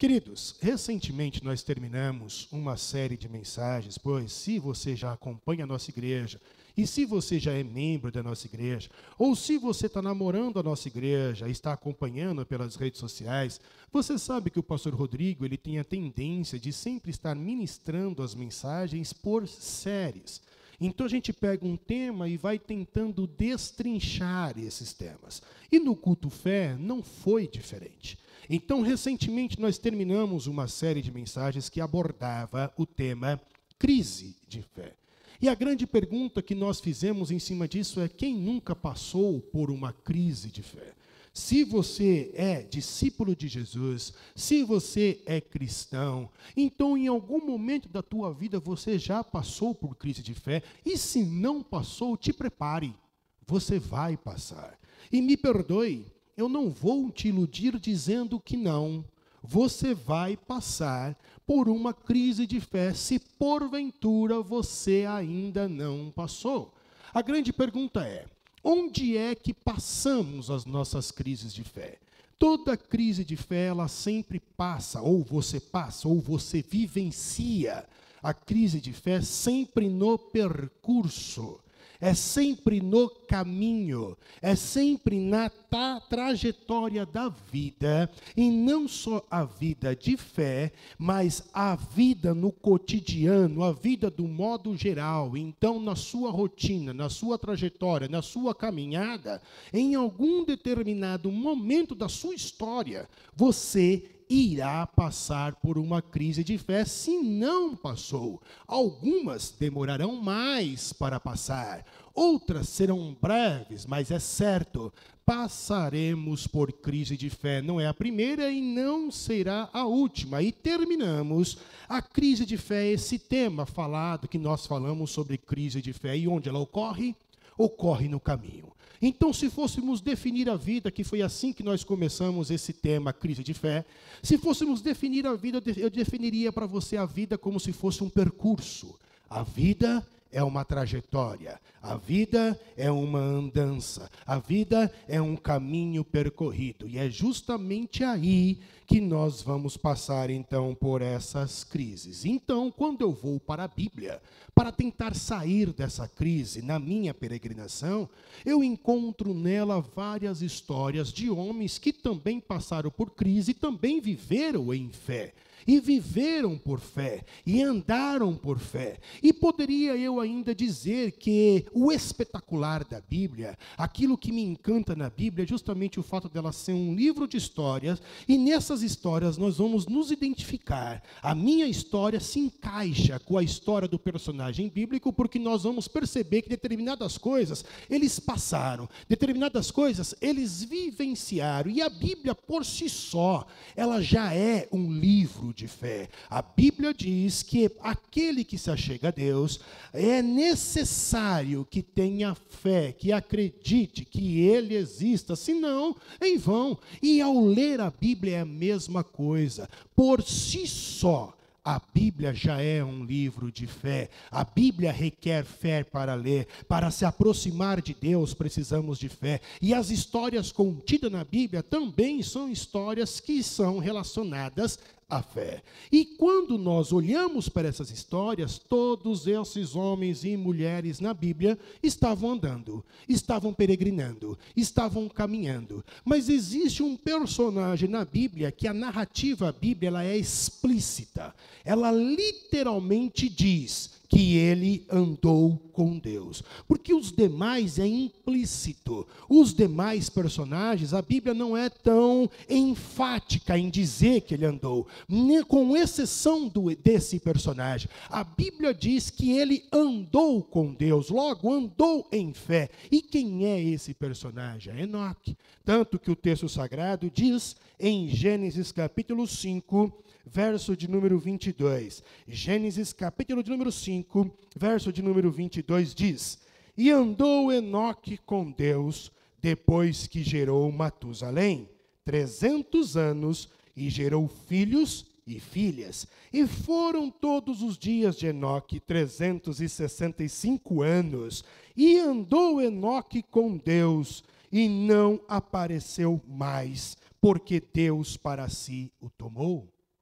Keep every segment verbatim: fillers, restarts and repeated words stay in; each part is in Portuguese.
Queridos, recentemente nós terminamos uma série de mensagens, pois se você já acompanha a nossa igreja, e se você já é membro da nossa igreja, ou se você está namorando a nossa igreja, está acompanhando pelas redes sociais, você sabe que o pastor Rodrigo ele tem a tendência de sempre estar ministrando as mensagens por séries. Então a gente pega um tema e vai tentando destrinchar esses temas. E no culto fé não foi diferente. Então, recentemente, nós terminamos uma série de mensagens que abordava o tema crise de fé. E a grande pergunta que nós fizemos em cima disso é: quem nunca passou por uma crise de fé? Se você é discípulo de Jesus, se você é cristão, então em algum momento da tua vida você já passou por crise de fé, e se não passou, te prepare, você vai passar. E me perdoe, eu não vou te iludir dizendo que não. Você vai passar por uma crise de fé, se porventura você ainda não passou. A grande pergunta é: onde é que passamos as nossas crises de fé? Toda crise de fé, ela sempre passa, ou você passa, ou você vivencia a crise de fé sempre no percurso. É sempre no caminho, é sempre na tra trajetória da vida, e não só a vida de fé, mas a vida no cotidiano, a vida do modo geral. Então, na sua rotina, na sua trajetória, na sua caminhada, em algum determinado momento da sua história, você irá passar por uma crise de fé, se não passou. Algumas demorarão mais para passar, outras serão breves, mas é certo, passaremos por crise de fé. Não é a primeira e não será a última. E terminamos a crise de fé, esse tema falado, que nós falamos sobre crise de fé. E onde ela ocorre? Ocorre no caminho. Então, se fôssemos definir a vida, que foi assim que nós começamos esse tema, crise de fé, se fôssemos definir a vida, eu definiria para você a vida como se fosse um percurso. A vida é uma trajetória, a vida é uma andança, a vida é um caminho percorrido. E é justamente aí que nós vamos passar, então, por essas crises. Então, quando eu vou para a Bíblia, para tentar sair dessa crise, na minha peregrinação, eu encontro nela várias histórias de homens que também passaram por crise e também viveram em fé. E viveram por fé, e andaram por fé. E poderia eu ainda dizer que o espetacular da Bíblia, aquilo que me encanta na Bíblia, é justamente o fato dela ser um livro de histórias, e nessas histórias nós vamos nos identificar. A minha história se encaixa com a história do personagem bíblico, porque nós vamos perceber que determinadas coisas eles passaram, determinadas coisas eles vivenciaram, e a Bíblia por si só, ela já é um livro de fé. A Bíblia diz que aquele que se achega a Deus é necessário que tenha fé, que acredite que Ele exista, senão em vão. E ao ler a Bíblia é a mesma coisa. Por si só, a Bíblia já é um livro de fé. A Bíblia requer fé para ler. Para se aproximar de Deus, precisamos de fé. E as histórias contidas na Bíblia também são histórias que são relacionadas à fé. E quando nós olhamos para essas histórias, todos esses homens e mulheres na Bíblia estavam andando, estavam peregrinando, estavam caminhando. Mas existe um personagem na Bíblia que a narrativa bíblica ela é explícita. Ela literalmente diz que ele andou com Deus. Porque os demais é implícito. Os demais personagens, a Bíblia não é tão enfática em dizer que ele andou. Com exceção do, desse personagem. A Bíblia diz que ele andou com Deus. Logo, andou em fé. E quem é esse personagem? É Enoque. Tanto que o texto sagrado diz em Gênesis capítulo cinco, verso de número vinte e dois. Gênesis capítulo de número cinco, verso de número vinte e dois diz: E andou Enoque com Deus, depois que gerou Matusalém, trezentos anos, e gerou filhos e filhas. E foram todos os dias de Enoque trezentos e sessenta e cinco anos. E andou Enoque com Deus, e não apareceu mais, porque Deus para si o tomou.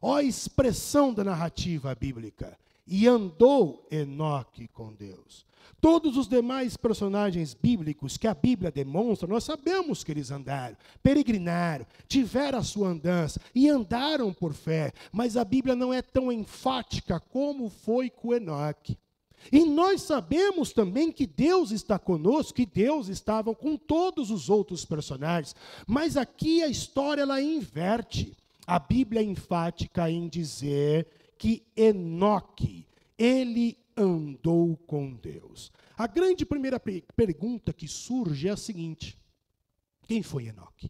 Ó a expressão da narrativa bíblica. E andou Enoque com Deus. Todos os demais personagens bíblicos que a Bíblia demonstra, nós sabemos que eles andaram, peregrinaram, tiveram a sua andança e andaram por fé. Mas a Bíblia não é tão enfática como foi com Enoque. E nós sabemos também que Deus está conosco, que Deus estava com todos os outros personagens. Mas aqui a história ela inverte. A Bíblia é enfática em dizer que Enoque, ele andou com Deus. A grande primeira pergunta que surge é a seguinte: quem foi Enoque?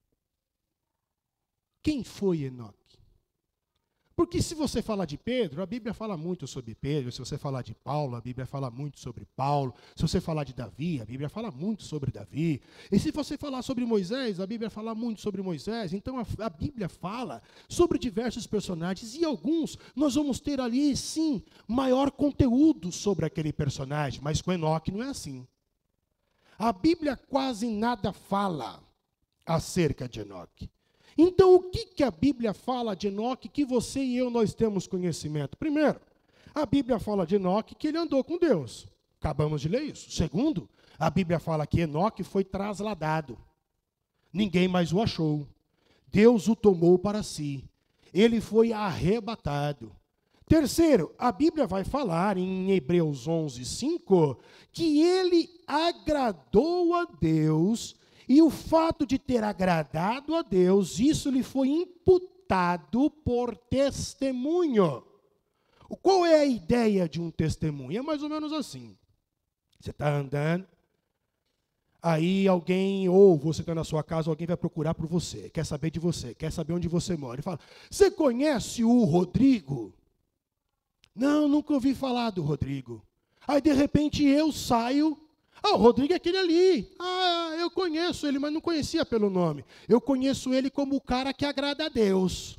Quem foi Enoque? Porque se você falar de Pedro, a Bíblia fala muito sobre Pedro. Se você falar de Paulo, a Bíblia fala muito sobre Paulo. Se você falar de Davi, a Bíblia fala muito sobre Davi. E se você falar sobre Moisés, a Bíblia fala muito sobre Moisés. Então a, a Bíblia fala sobre diversos personagens. E alguns nós vamos ter ali, sim, maior conteúdo sobre aquele personagem. Mas com Enoque não é assim. A Bíblia quase nada fala acerca de Enoque. Então, o que, que a Bíblia fala de Enoque que você e eu nós temos conhecimento? Primeiro, a Bíblia fala de Enoque que ele andou com Deus. Acabamos de ler isso. Segundo, a Bíblia fala que Enoque foi trasladado. Ninguém mais o achou. Deus o tomou para si. Ele foi arrebatado. Terceiro, a Bíblia vai falar em Hebreus onze, cinco, que ele agradou a Deus. E o fato de ter agradado a Deus, isso lhe foi imputado por testemunho. Qual é a ideia de um testemunho? É mais ou menos assim. Você está andando, aí alguém, ou você está na sua casa, alguém vai procurar por você, quer saber de você, quer saber onde você mora. Ele fala: você conhece o Rodrigo? Não, nunca ouvi falar do Rodrigo. Aí, de repente, eu saio. Ah, o Rodrigo é aquele ali. Ah, eu conheço ele, mas não conhecia pelo nome. Eu conheço ele como o cara que agrada a Deus.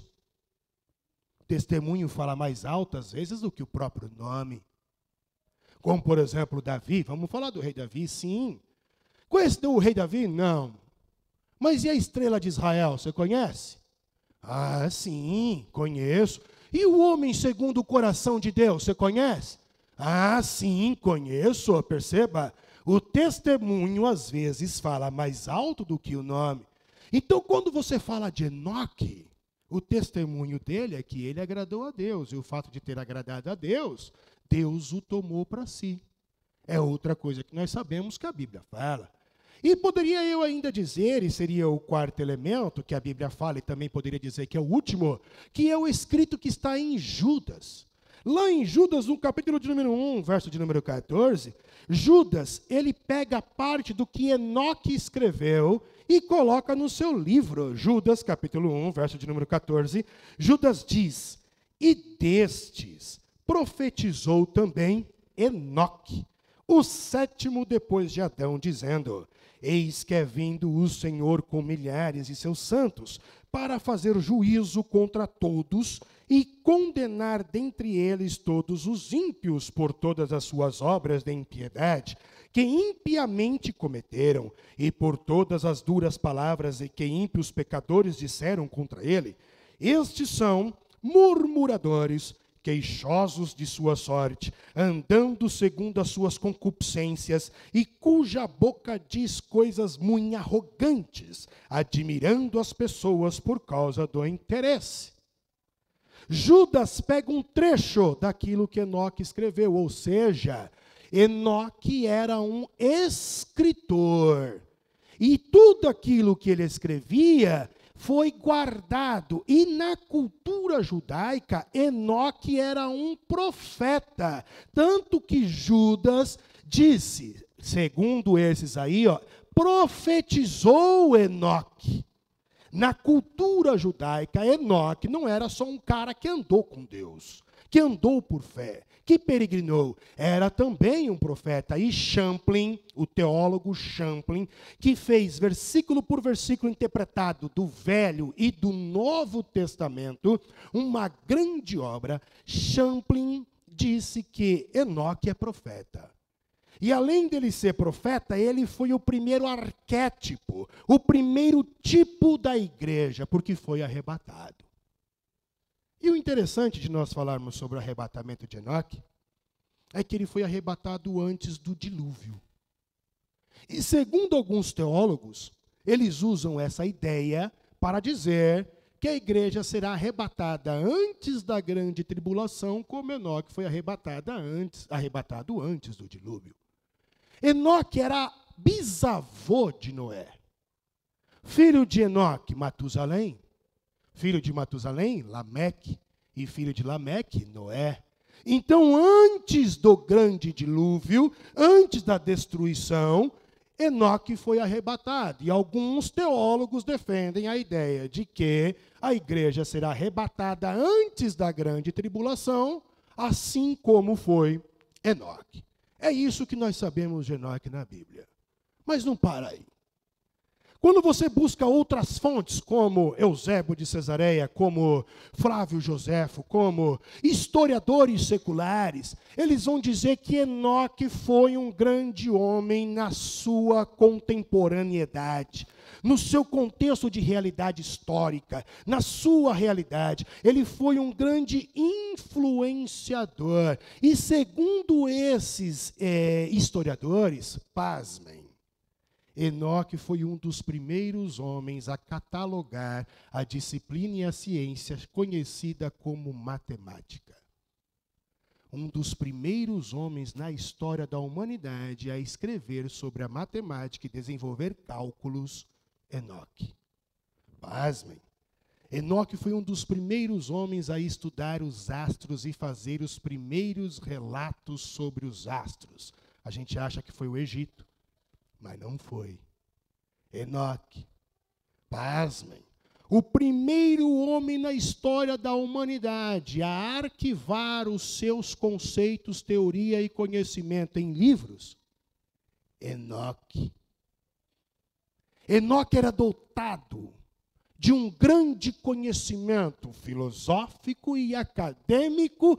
O testemunho fala mais alto, às vezes, do que o próprio nome. Como, por exemplo, Davi. Vamos falar do rei Davi? Sim. Conhece o rei Davi? Não. Mas e a estrela de Israel? Você conhece? Ah, sim, conheço. E o homem segundo o coração de Deus? Você conhece? Ah, sim, conheço. Perceba. O testemunho, às vezes, fala mais alto do que o nome. Então, quando você fala de Enoque, o testemunho dele é que ele agradou a Deus. E o fato de ter agradado a Deus, Deus o tomou para si. É outra coisa que nós sabemos que a Bíblia fala. E poderia eu ainda dizer, e seria o quarto elemento que a Bíblia fala, e também poderia dizer que é o último, que é o escrito que está em Judas. Lá em Judas, no capítulo de número um, verso de número quatorze, Judas, ele pega a parte do que Enoque escreveu e coloca no seu livro. Judas, capítulo um, verso de número quatorze, Judas diz: e destes profetizou também Enoque, o sétimo depois de Adão, dizendo: eis que é vindo o Senhor com milhares de seus santos, para fazer juízo contra todos e condenar dentre eles todos os ímpios por todas as suas obras de impiedade, que impiamente cometeram, e por todas as duras palavras que ímpios pecadores disseram contra ele. Estes são murmuradores, queixosos de sua sorte, andando segundo as suas concupiscências, e cuja boca diz coisas muito arrogantes, admirando as pessoas por causa do interesse. Judas pega um trecho daquilo que Enoque escreveu, ou seja, Enoque era um escritor, e tudo aquilo que ele escrevia foi guardado. E na cultura judaica, Enoque era um profeta. Tanto que Judas disse, segundo esses aí, ó, profetizou Enoque. Na cultura judaica, Enoque não era só um cara que andou com Deus, que andou por fé, que peregrinou, era também um profeta. E Champlin, o teólogo Champlin, que fez versículo por versículo interpretado do Velho e do Novo Testamento, uma grande obra, Champlin disse que Enoque é profeta. E além dele ser profeta, ele foi o primeiro arquétipo, o primeiro tipo da igreja, porque foi arrebatado. E o interessante de nós falarmos sobre o arrebatamento de Enoque é que ele foi arrebatado antes do dilúvio. E segundo alguns teólogos, eles usam essa ideia para dizer que a igreja será arrebatada antes da grande tribulação, como Enoque foi arrebatada antes, arrebatado antes do dilúvio. Enoque era bisavô de Noé. Filho de Enoque, Matusalém. Filho de Matusalém, Lameque. E filho de Lameque, Noé. Então, antes do grande dilúvio, antes da destruição, Enoque foi arrebatado. E alguns teólogos defendem a ideia de que a igreja será arrebatada antes da grande tribulação, assim como foi Enoque. É isso que nós sabemos de Enoque na Bíblia. Mas não para aí. Quando você busca outras fontes, como Eusébio de Cesareia, como Flávio Joséfo, como historiadores seculares, eles vão dizer que Enoque foi um grande homem na sua contemporaneidade, no seu contexto de realidade histórica, na sua realidade. Ele foi um grande influenciador. E segundo esses é, historiadores, pasmem, Enoque foi um dos primeiros homens a catalogar a disciplina e a ciência conhecida como matemática. Um dos primeiros homens na história da humanidade a escrever sobre a matemática e desenvolver cálculos, Enoque. Pasmem. Enoque foi um dos primeiros homens a estudar os astros e fazer os primeiros relatos sobre os astros. A gente acha que foi o Egito. Mas não foi. Enoque, pasmem, o primeiro homem na história da humanidade a arquivar os seus conceitos, teoria e conhecimento em livros, Enoque. Enoque era dotado de um grande conhecimento filosófico e acadêmico,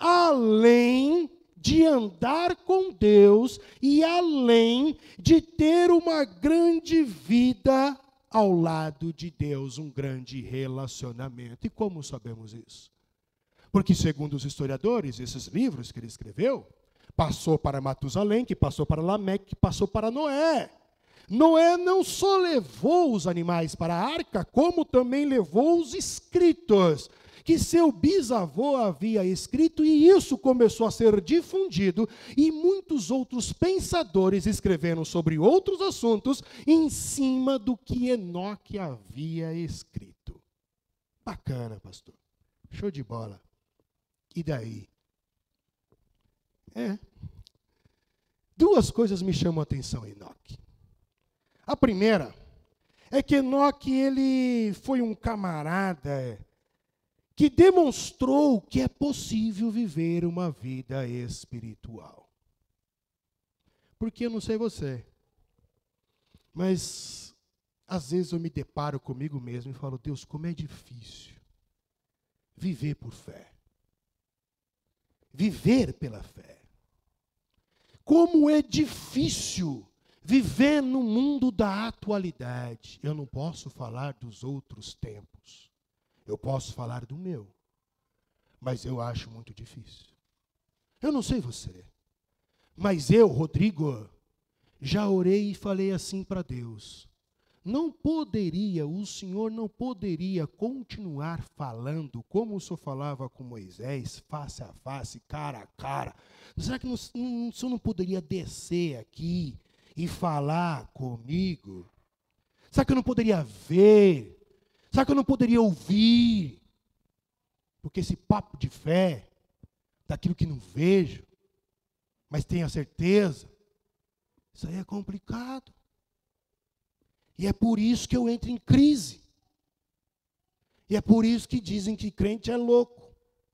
além de andar com Deus e além de ter uma grande vida ao lado de Deus, um grande relacionamento. E como sabemos isso? Porque, segundo os historiadores, esses livros que ele escreveu, passou para Matusalém, que passou para Lameque, que passou para Noé. Noé não só levou os animais para a arca, como também levou os escritos que seu bisavô havia escrito, e isso começou a ser difundido, e muitos outros pensadores escreveram sobre outros assuntos em cima do que Enoque havia escrito. Bacana, pastor. Show de bola. E daí? É. Duas coisas me chamam a atenção em Enoque. A primeira é que Enoque, ele foi um camarada que demonstrou que é possível viver uma vida espiritual. Porque eu não sei você, mas às vezes eu me deparo comigo mesmo e falo, Deus, como é difícil viver por fé. Viver pela fé. Como é difícil viver no mundo da atualidade. Eu não posso falar dos outros tempos. Eu posso falar do meu, mas eu acho muito difícil. Eu não sei você, mas eu, Rodrigo, já orei e falei assim para Deus. Não poderia, o Senhor não poderia continuar falando como o Senhor falava com Moisés, face a face, cara a cara. Será que não, não, o Senhor não poderia descer aqui e falar comigo? Será que eu não poderia ver? Será que eu não poderia ouvir? Porque esse papo de fé, daquilo que não vejo, mas tenho a certeza, isso aí é complicado. E é por isso que eu entro em crise. E é por isso que dizem que crente é louco.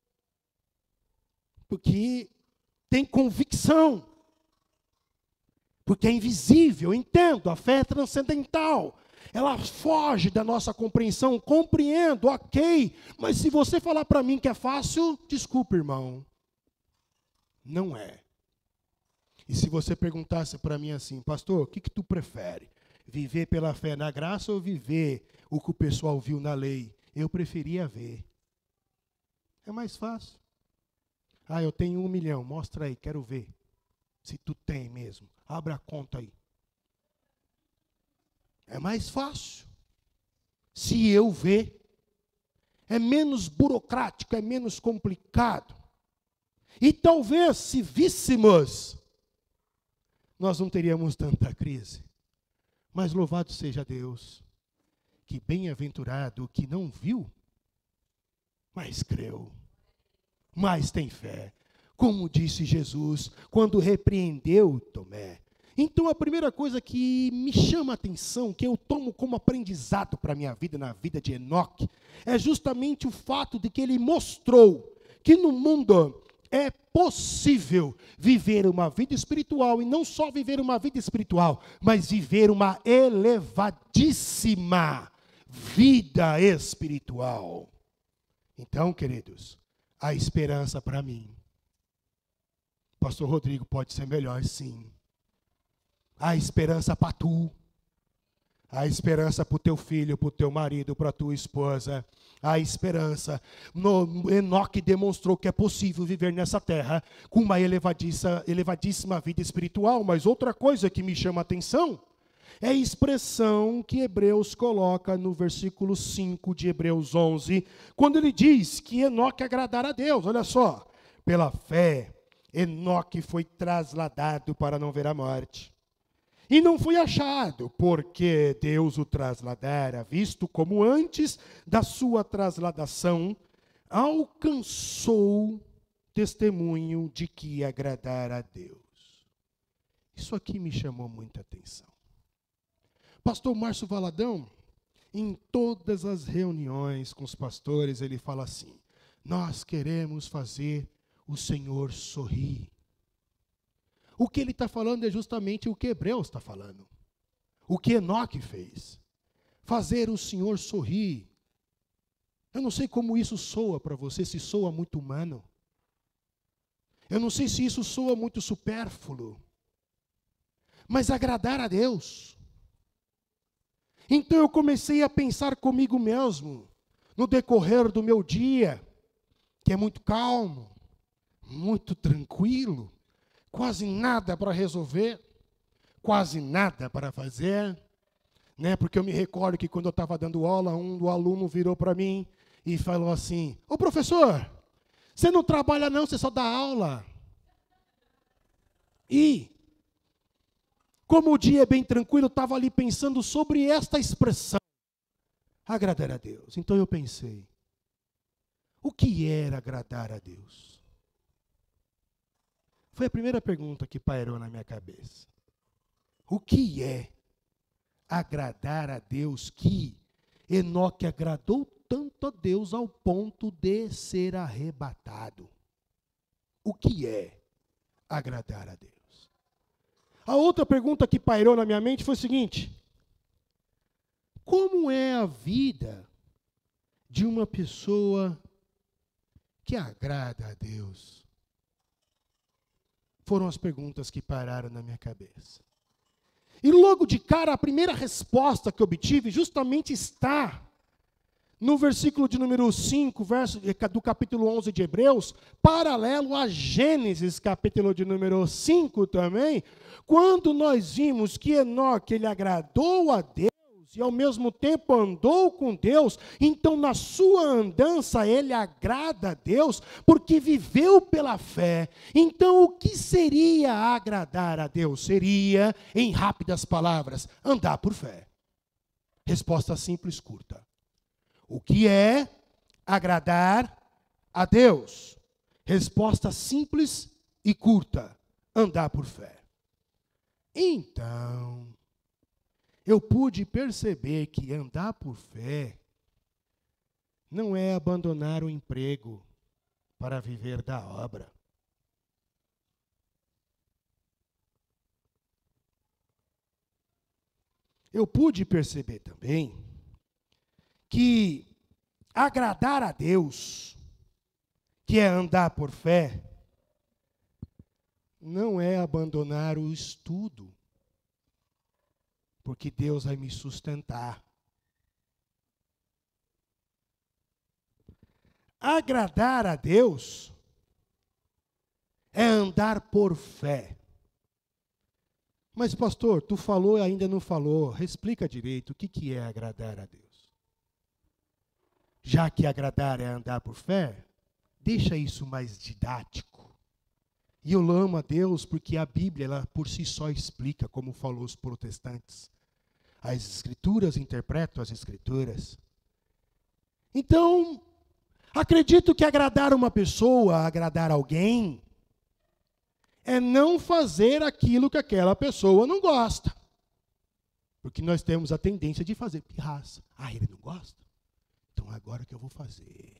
Porque tem convicção. Porque é invisível, eu entendo, a fé é transcendental. Ela foge da nossa compreensão, compreendo, ok. Mas se você falar para mim que é fácil, desculpa, irmão. Não é. E se você perguntasse para mim assim, pastor, o que, que tu prefere? Viver pela fé na graça ou viver o que o pessoal viu na lei? Eu preferia ver. É mais fácil. Ah, eu tenho um milhão, mostra aí, quero ver. Se tu tem mesmo, abre a conta aí. É mais fácil. Se eu ver, é menos burocrático, é menos complicado. E talvez, se víssemos, nós não teríamos tanta crise. Mas louvado seja Deus, que bem-aventurado o que não viu, mas creu, mas tem fé. Como disse Jesus, quando repreendeu Tomé. Então, a primeira coisa que me chama a atenção, que eu tomo como aprendizado para a minha vida, na vida de Enoque, é justamente o fato de que ele mostrou que no mundo é possível viver uma vida espiritual, e não só viver uma vida espiritual, mas viver uma elevadíssima vida espiritual. Então, queridos, há esperança para mim. Pastor Rodrigo, pode ser melhor, sim. Há esperança para tu. Há esperança para o teu filho, para o teu marido, para a tua esposa. Há esperança. No, Enoque demonstrou que é possível viver nessa terra com uma elevadíssima, elevadíssima vida espiritual. Mas outra coisa que me chama a atenção é a expressão que Hebreus coloca no versículo cinco de Hebreus onze, quando ele diz que Enoque agradara a Deus. Olha só, pela fé, Enoque foi trasladado para não ver a morte. E não foi achado, porque Deus o trasladara, visto como antes da sua trasladação, alcançou testemunho de que agradara a Deus. Isso aqui me chamou muita atenção. Pastor Márcio Valadão, em todas as reuniões com os pastores, ele fala assim: nós queremos fazer o Senhor sorrir. O que ele está falando é justamente o que Hebreus está falando. O que Enoque fez. Fazer o Senhor sorrir. Eu não sei como isso soa para você, se soa muito humano. Eu não sei se isso soa muito supérfluo. Mas agradar a Deus. Então eu comecei a pensar comigo mesmo, no decorrer do meu dia, que é muito calmo, muito tranquilo, quase nada para resolver, quase nada para fazer, né? Porque eu me recordo que quando eu estava dando aula, um do aluno virou para mim e falou assim: ô professor, você não trabalha não, você só dá aula. E, como o dia é bem tranquilo, eu estava ali pensando sobre esta expressão, agradar a Deus. Então eu pensei, o que era agradar a Deus? Foi a primeira pergunta que pairou na minha cabeça. O que é agradar a Deus, que Enoque agradou tanto a Deus ao ponto de ser arrebatado? O que é agradar a Deus? A outra pergunta que pairou na minha mente foi o seguinte: como é a vida de uma pessoa que agrada a Deus? Foram as perguntas que pararam na minha cabeça. E logo de cara, a primeira resposta que obtive justamente está no versículo de número cinco, verso do capítulo onze de Hebreus, paralelo a Gênesis, capítulo de número cinco também, quando nós vimos que Enoque, ele agradou a Deus, e ao mesmo tempo andou com Deus, então na sua andança ele agrada a Deus, porque viveu pela fé. Então o que seria agradar a Deus? Seria, em rápidas palavras, andar por fé. Resposta simples, curta. O que é agradar a Deus? Resposta simples e curta, andar por fé. Então, eu pude perceber que andar por fé não é abandonar o emprego para viver da obra. Eu pude perceber também que agradar a Deus, que é andar por fé, não é abandonar o estudo, porque Deus vai me sustentar. agradar a Deus é andar por fé. Mas, pastor, tu falou e ainda não falou. Explica direito o que, que é agradar a Deus. Já que agradar é andar por fé, deixa isso mais didático. E eu amo a Deus porque a Bíblia, ela por si só explica, como falou os protestantes. As Escrituras interpretam as Escrituras. Então, acredito que agradar uma pessoa, agradar alguém, é não fazer aquilo que aquela pessoa não gosta. Porque nós temos a tendência de fazer pirraça. Ah, ele não gosta? Então agora o que eu vou fazer?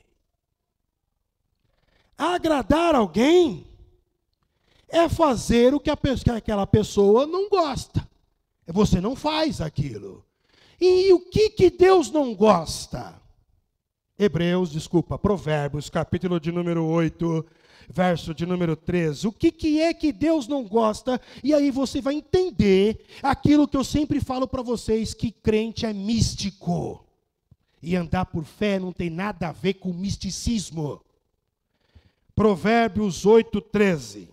Agradar alguém é fazer o que, a pessoa, que aquela pessoa não gosta. Você não faz aquilo. E o que, que Deus não gosta? Hebreus, desculpa, Provérbios, capítulo de número oito, verso de número treze. O que, que é que Deus não gosta? E aí você vai entender aquilo que eu sempre falo para vocês, que crente é místico. E andar por fé não tem nada a ver com misticismo. Provérbios oito, treze.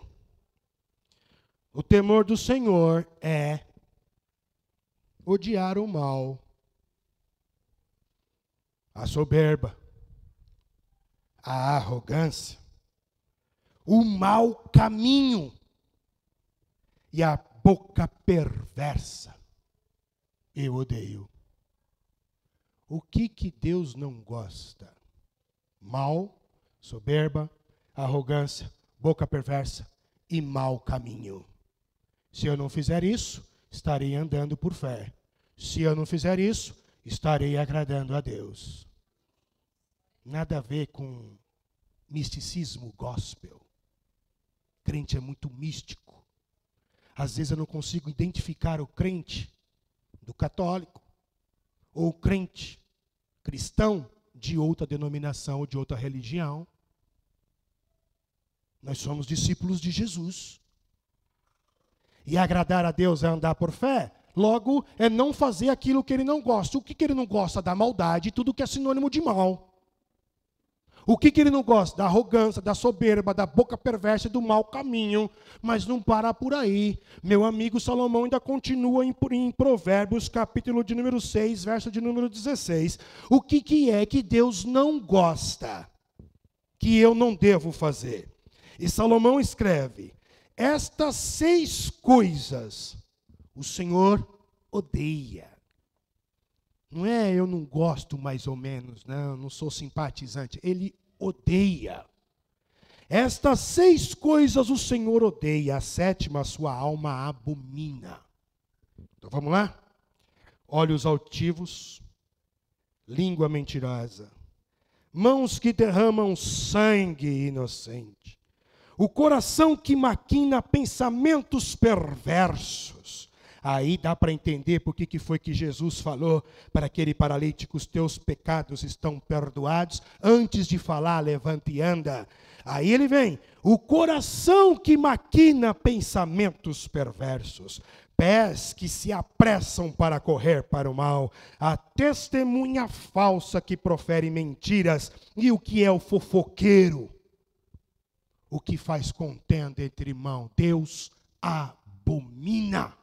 O temor do Senhor é odiar o mal, a soberba, a arrogância, o mau caminho e a boca perversa. Eu odeio. O que que Deus não gosta? Mal, soberba, arrogância, boca perversa e mau caminho. Se eu não fizer isso, estarei andando por fé. Se eu não fizer isso, estarei agradando a Deus. Nada a ver com misticismo gospel. Crente é muito místico. Às vezes eu não consigo identificar o crente do católico ou o crente cristão de outra denominação ou de outra religião. Nós somos discípulos de Jesus. E agradar a Deus é andar por fé. Logo, é não fazer aquilo que ele não gosta. O que, que ele não gosta? Da maldade, tudo que é sinônimo de mal. O que, que ele não gosta? Da arrogância, da soberba, da boca perversa e do mau caminho. Mas não para por aí. Meu amigo Salomão ainda continua em, em Provérbios, capítulo de número seis, verso de número dezesseis. O que, que é que Deus não gosta? Que eu não devo fazer? E Salomão escreve: estas seis coisas o Senhor odeia. Não é eu não gosto mais ou menos, não, não sou simpatizante. Ele odeia. Estas seis coisas o Senhor odeia. A sétima, a sua alma abomina. Então vamos lá? Olhos altivos, língua mentirosa, mãos que derramam sangue inocente, o coração que maquina pensamentos perversos. Aí dá para entender por que foi que Jesus falou para aquele paralítico: os teus pecados estão perdoados. Antes de falar, levanta e anda. Aí ele vem: o coração que maquina pensamentos perversos, pés que se apressam para correr para o mal, a testemunha falsa que profere mentiras. E o que é o fofoqueiro? O que faz contenda entre irmãos. Deus abomina.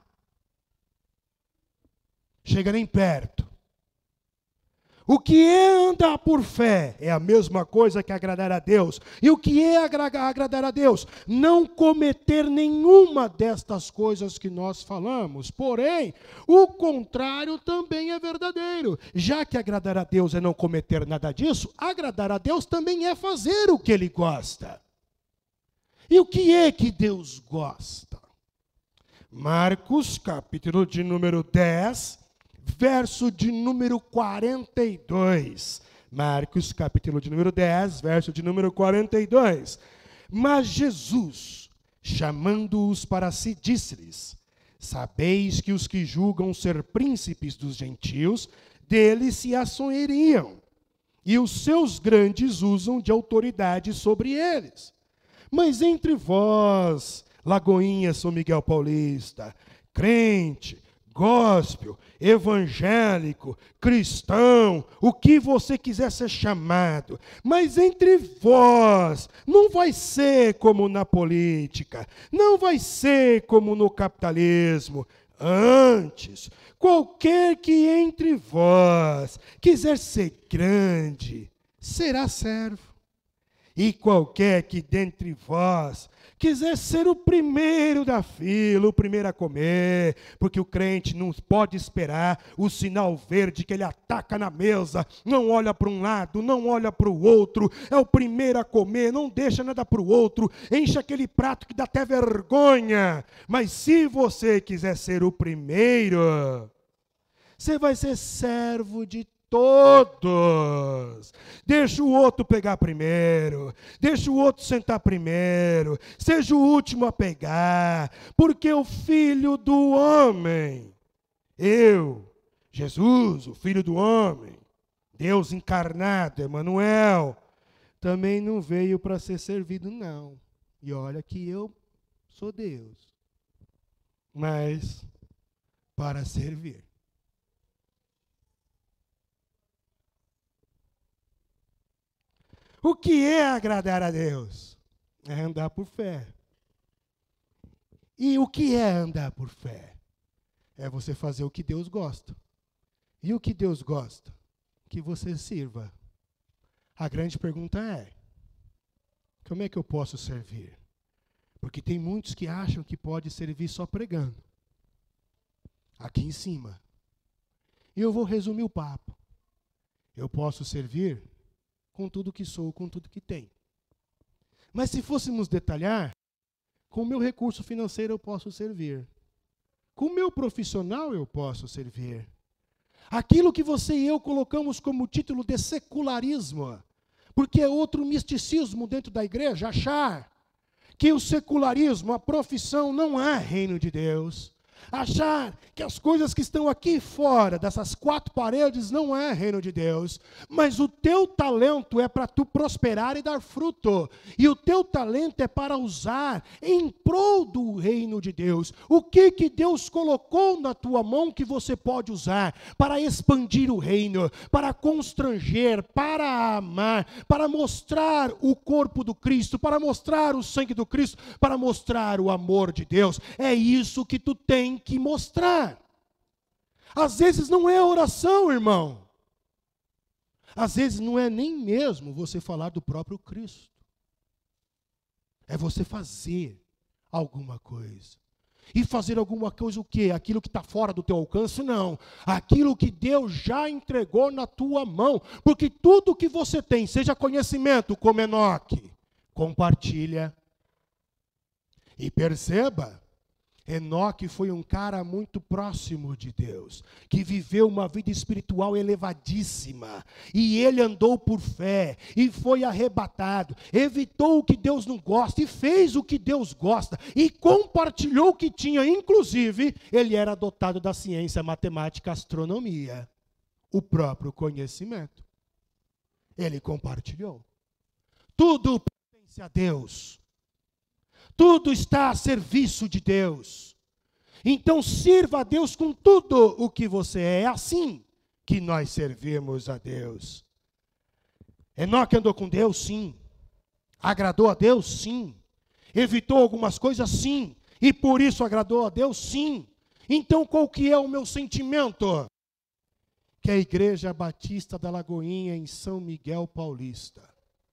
Chega nem perto. O que é andar por fé? É a mesma coisa que agradar a Deus. E o que é agradar a Deus? Não cometer nenhuma destas coisas que nós falamos. Porém, o contrário também é verdadeiro. Já que agradar a Deus é não cometer nada disso, agradar a Deus também é fazer o que Ele gosta. E o que é que Deus gosta? Marcos, capítulo de número dez, verso de número quarenta e dois. Marcos, capítulo de número dez, verso de número quarenta e dois. Mas Jesus, chamando-os para si, disse-lhes: sabeis que os que julgam ser príncipes dos gentios, deles se assoeriam, e os seus grandes usam de autoridade sobre eles. Mas entre vós, Lagoinha, São Miguel Paulista, crente, gospel, evangélico, cristão, o que você quiser ser chamado. Mas entre vós, não vai ser como na política, não vai ser como no capitalismo. Antes, qualquer que entre vós quiser ser grande, será servo. E qualquer que dentre vós quiser ser o primeiro da fila, o primeiro a comer, porque o crente não pode esperar o sinal verde que ele ataca na mesa, não olha para um lado, não olha para o outro, é o primeiro a comer, não deixa nada para o outro, enche aquele prato que dá até vergonha. Mas se você quiser ser o primeiro, você vai ser servo de todos. Deixa o outro pegar primeiro, deixa o outro sentar primeiro, seja o último a pegar, porque o Filho do Homem, eu, Jesus, o Filho do Homem, Deus encarnado, Emanuel, também não veio para ser servido, não. E olha que eu sou Deus, mas para servir. O que é agradar a Deus? É andar por fé. E o que é andar por fé? É você fazer o que Deus gosta. E o que Deus gosta? Que você sirva. A grande pergunta é, como é que eu posso servir? Porque tem muitos que acham que pode servir só pregando. Aqui em cima. E eu vou resumir o papo. Eu posso servir com tudo que sou, com tudo que tenho. Mas se fôssemos detalhar, com o meu recurso financeiro eu posso servir. Com o meu profissional eu posso servir. Aquilo que você e eu colocamos como título de secularismo, porque é outro misticismo dentro da igreja, achar que o secularismo, a profissão, não é reino de Deus. Achar que as coisas que estão aqui fora dessas quatro paredes não é reino de Deus, mas o teu talento é para tu prosperar e dar fruto, e o teu talento é para usar em prol do reino de Deus. O que que Deus colocou na tua mão que você pode usar para expandir o reino, para constranger, para amar, para mostrar o corpo do Cristo, para mostrar o sangue do Cristo, para mostrar o amor de Deus? É isso que tu tens que mostrar. Às vezes não é oração, irmão. Às vezes não é nem mesmo você falar do próprio Cristo. É você fazer alguma coisa. E fazer alguma coisa o quê? Aquilo que está fora do teu alcance? Não. Aquilo que Deus já entregou na tua mão. Porque tudo que você tem, seja conhecimento, como Enoque, compartilha. E perceba, Enoque foi um cara muito próximo de Deus, que viveu uma vida espiritual elevadíssima, e ele andou por fé, e foi arrebatado, evitou o que Deus não gosta, e fez o que Deus gosta, e compartilhou o que tinha, inclusive, ele era dotado da ciência, matemática, astronomia, o próprio conhecimento. Ele compartilhou. Tudo pertence a Deus. Tudo está a serviço de Deus. Então sirva a Deus com tudo o que você é. É assim que nós servimos a Deus. Enoque andou com Deus? Sim. Agradou a Deus? Sim. Evitou algumas coisas? Sim. E por isso agradou a Deus? Sim. Então qual que é o meu sentimento? Que a Igreja Batista da Lagoinha em São Miguel Paulista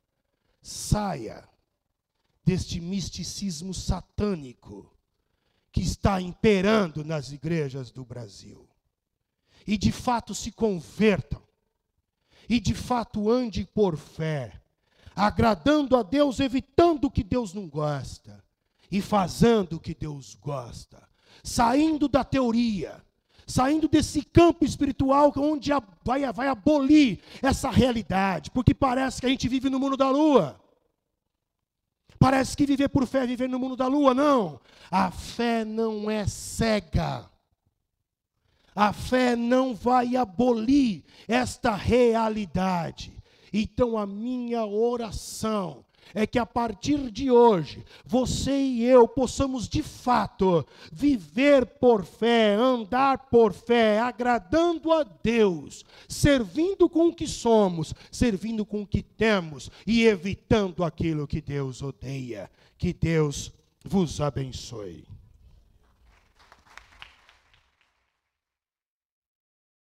saia deste misticismo satânico que está imperando nas igrejas do Brasil. E de fato se convertam. E de fato ande por fé, agradando a Deus, evitando o que Deus não gosta, e fazendo o que Deus gosta, saindo da teoria, saindo desse campo espiritual onde vai, vai abolir essa realidade, porque parece que a gente vive no mundo da lua. Parece que viver por fé é viver no mundo da lua. Não. A fé não é cega. A fé não vai abolir esta realidade. Então a minha oração é que a partir de hoje, você e eu possamos de fato viver por fé, andar por fé, agradando a Deus, servindo com o que somos, servindo com o que temos e evitando aquilo que Deus odeia. Que Deus vos abençoe.